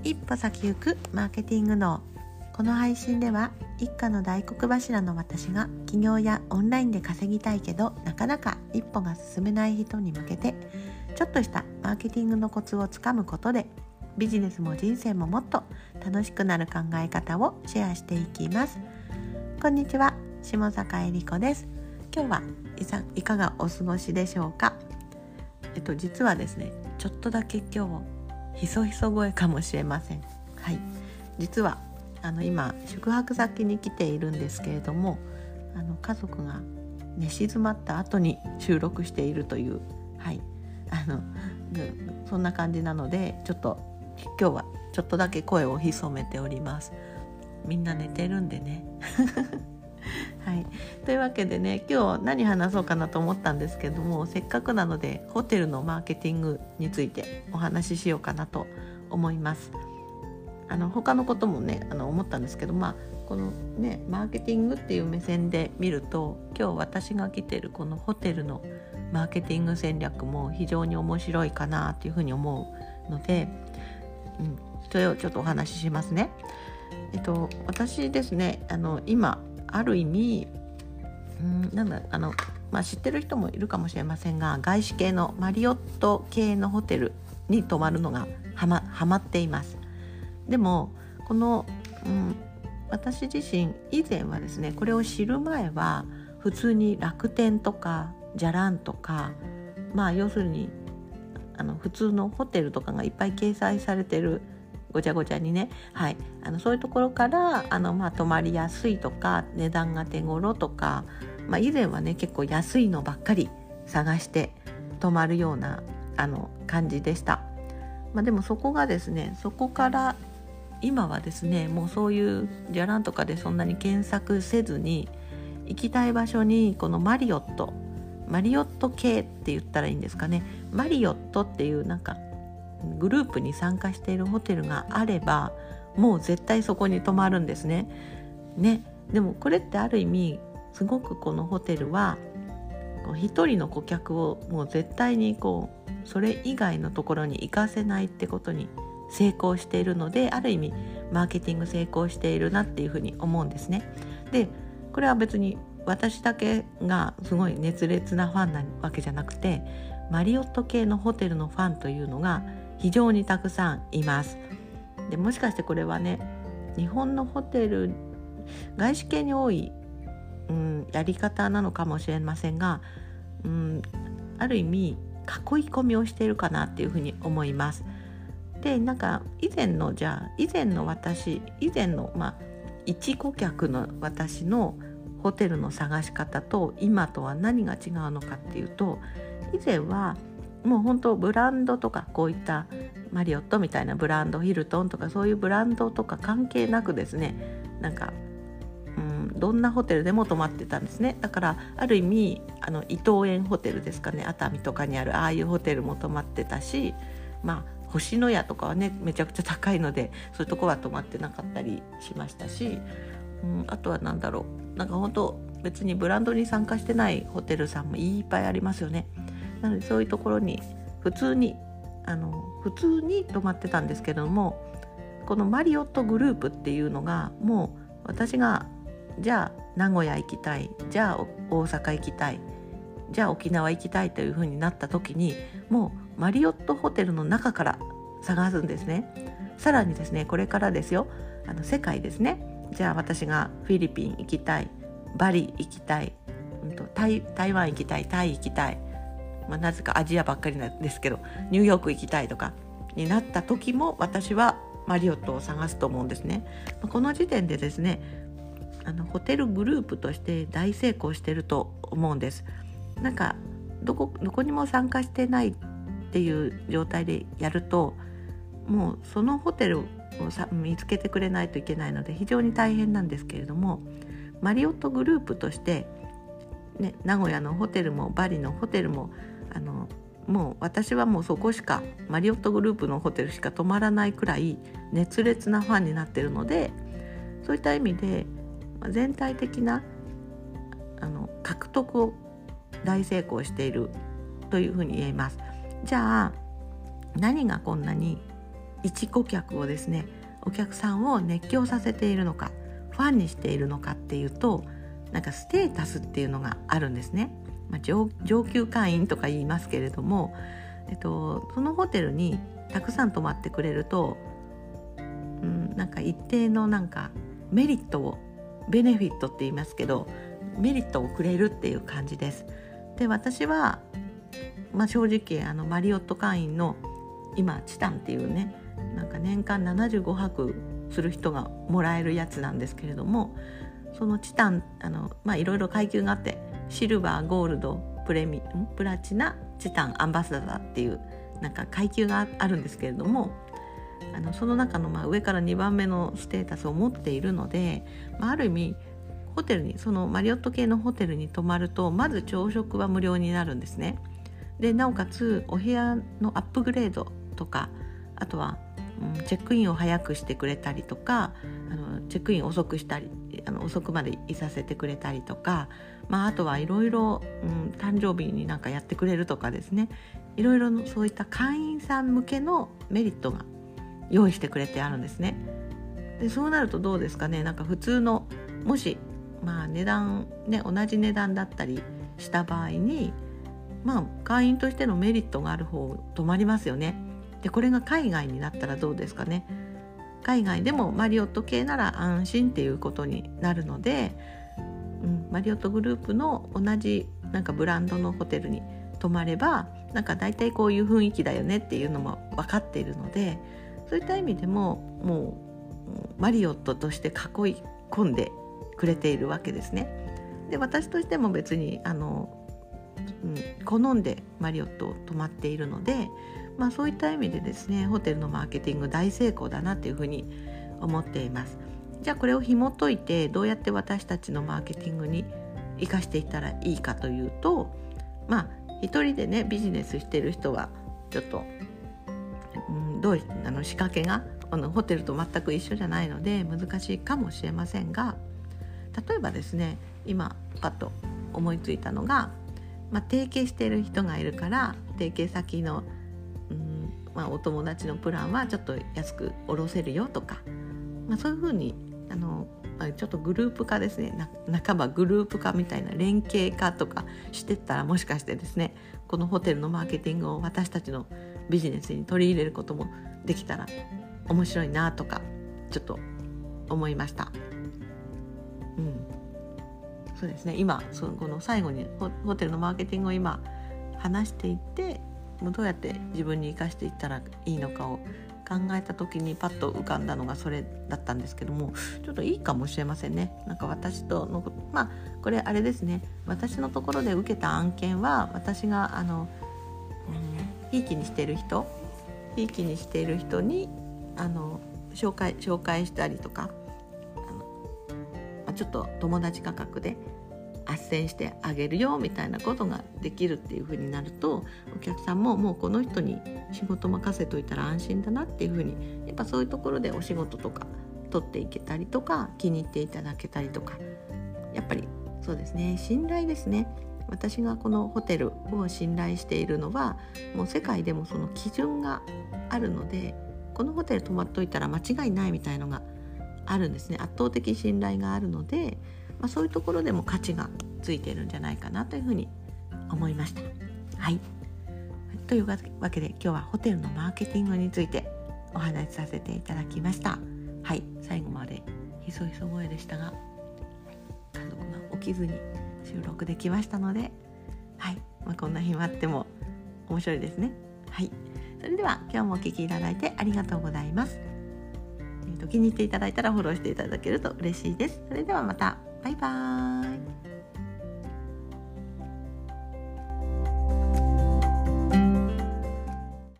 一歩先行くマーケティング脳。この配信では一家の大黒柱の私が起業やオンラインで稼ぎたいけどなかなか一歩が進めない人に向けて、ちょっとしたマーケティングのコツをつかむことでビジネスも人生ももっと楽しくなる考え方をシェアしていきます。こんにちは、下坂恵理子です。今日はいかがお過ごしでしょうか。実はですね、ちょっとだけ今日ひそひそ声かもしれません。はい、実は今宿泊先に来ているんですけれども、家族が寝静まった後に収録しているという、そんな感じなので、ちょっと今日はちょっとだけ声を潜めております。みんな寝てるんでねはい、というわけでね、今日何話そうかなと思ったんですけども、せっかくなのでホテルのマーケティングについてお話ししようかなと思います。他のこともね思ったんですけど、このねマーケティングっていう目線で見ると、今日私が来てるこのホテルのマーケティング戦略も非常に面白いかなというふうに思うので、それをちょっとお話ししますね。私ですね、今ある意味知ってる人もいるかもしれませんが、外資系のマリオット系のホテルに泊まるのがハマっています。でもこの、私自身以前はですね、これを知る前は普通に楽天とかじゃらんとか、要するに普通のホテルとかがいっぱい掲載されてるごちゃごちゃにね、そういうところから泊まりやすいとか値段が手頃とか、以前はね結構安いのばっかり探して泊まるような感じでした。でもそこから今はですね、もうそういうじゃらんとかでそんなに検索せずに、行きたい場所にこのマリオット系って言ったらいいんですかね、マリオットっていうグループに参加しているホテルがあれば、もう絶対そこに泊まるんですね。でもこれってある意味すごくこのホテルは一人の顧客をもう絶対にそれ以外のところに行かせないってことに成功しているので、ある意味マーケティング成功しているなっていうふうに思うんですね。で、これは別に私だけがすごい熱烈なファンなわけじゃなくて、マリオット系のホテルのファンというのが非常にたくさんいます。で、もしかしてこれはね、日本のホテル外資系に多い、やり方なのかもしれませんが、ある意味囲い込みをしているかなっていうふうに思います。で、以前の一顧客の私のホテルの探し方と今とは何が違うのかっていうと、以前はもう本当ブランドとか、こういったマリオットみたいなブランド、ヒルトンとかそういうブランドとか関係なくですね、どんなホテルでも泊まってたんですね。だからある意味伊東園ホテルですかね、熱海とかにあるああいうホテルも泊まってたし、星のやとかはねめちゃくちゃ高いのでそういうとこは泊まってなかったりしましたし、あとは本当別にブランドに参加してないホテルさんもいっぱいありますよね。なのでそういうところに普通に泊まってたんですけども、このマリオットグループっていうのが、もう私がじゃあ名古屋行きたい、じゃあ大阪行きたい、じゃあ沖縄行きたいという風になった時に、もうマリオットホテルの中から探すんですね。さらにですね、これからですよ、世界ですね。じゃあ私がフィリピン行きたい、バリ行きたい、台湾行きたい、タイ行きたい、なぜかアジアばっかりなんですけどニューヨーク行きたいとかになった時も、私はマリオットを探すと思うんですね。この時点でですね、ホテルグループとして大成功してると思うんです。どこにも参加してないっていう状態でやると、もうそのホテルを見つけてくれないといけないので非常に大変なんですけれども、マリオットグループとして、名古屋のホテルもバリのホテルももう私はもうそこしか、マリオットグループのホテルしか泊まらないくらい熱烈なファンになっているので、そういった意味で全体的な獲得を大成功しているというふうに言えます。じゃあ何がこんなに一顧客をですね、お客さんを熱狂させているのか、ファンにしているのかっていうと、なんかステータスっていうのがあるんですね。上級会員とか言いますけれども、そのホテルにたくさん泊まってくれると、なんか一定のなんかメリットを、ベネフィットって言いますけど、メリットをくれるっていう感じです。で、私は、正直マリオット会員の今チタンっていうね、なんか年間75泊する人がもらえるやつなんですけれども、そのチタンいろいろ階級があって、シルバー、ゴールド、プラチナ、チタン、アンバサダーっていうなんか階級があるんですけれども、その中の上から2番目のステータスを持っているので、ある意味ホテルに、そのマリオット系のホテルに泊まると、まず朝食は無料になるんですね。でなおかつお部屋のアップグレードとか、あとは、チェックインを早くしてくれたりとか、チェックイン遅くしたり、遅くまでいさせてくれたりとか、あとはいろいろ誕生日になんかやってくれるとかですね、いろいろそういった会員さん向けのメリットが用意してくれてあるんですね。でそうなるとどうですかね、なんか普通の、もし値段ね、同じ値段だったりした場合に、会員としてのメリットがある方泊まりますよね。でこれが海外になったらどうですかね。海外でもマリオット系なら安心っていうことになるので、マリオットグループの同じなんかブランドのホテルに泊まれば、なんか大体こういう雰囲気だよねっていうのも分かっているので、そういった意味でももうマリオットとして囲い込んでくれているわけですね。で私としても別に好んでマリオットを泊まっているので、そういった意味でですね、ホテルのマーケティング大成功だなというふうに思っています。じゃあこれを紐解いて、どうやって私たちのマーケティングに生かしていったらいいかというと、一人でねビジネスしている人はちょっと、仕掛けがホテルと全く一緒じゃないので難しいかもしれませんが、例えばですね、今パッと思いついたのが、提携している人がいるから、提携先のお友達のプランはちょっと安く下ろせるよとか、そういうふうにちょっとグループ化ですね、半ばグループ化みたいな連携化とかしてったら、もしかしてですね、このホテルのマーケティングを私たちのビジネスに取り入れることもできたら面白いなとかちょっと思いました。そうですね、今この最後にホテルのマーケティングを今話していって、もうどうやって自分に生かしていったらいいのかを考えた時にパッと浮かんだのがそれだったんですけども、ちょっといいかもしれませんね。なんか私とのこれあれですね、私のところで受けた案件は、私がひいきにしている人に紹介したりとか、ちょっと友達価格で斡旋してあげるよみたいなことができるっていう風になると、お客さんももうこの人に仕事任せといたら安心だなっていう風に、やっぱそういうところでお仕事とか取っていけたりとか、気に入っていただけたりとか、やっぱりそうですね、信頼ですね。私がこのホテルを信頼しているのは、もう世界でもその基準があるので、このホテル泊まっといたら間違いないみたいのがあるんですね。圧倒的信頼があるので、そういうところでも価値がついているんじゃないかなというふうに思いました。はい。というわけで今日はホテルのマーケティングについてお話しさせていただきました。はい。最後までひそひそ声でしたが、家族が起きずに収録できましたので、はい。こんな日もあっても面白いですね。はい。それでは今日もお聞きいただいてありがとうございます。気に入っていただいたらフォローしていただけると嬉しいです。それではまた。バイバーイ。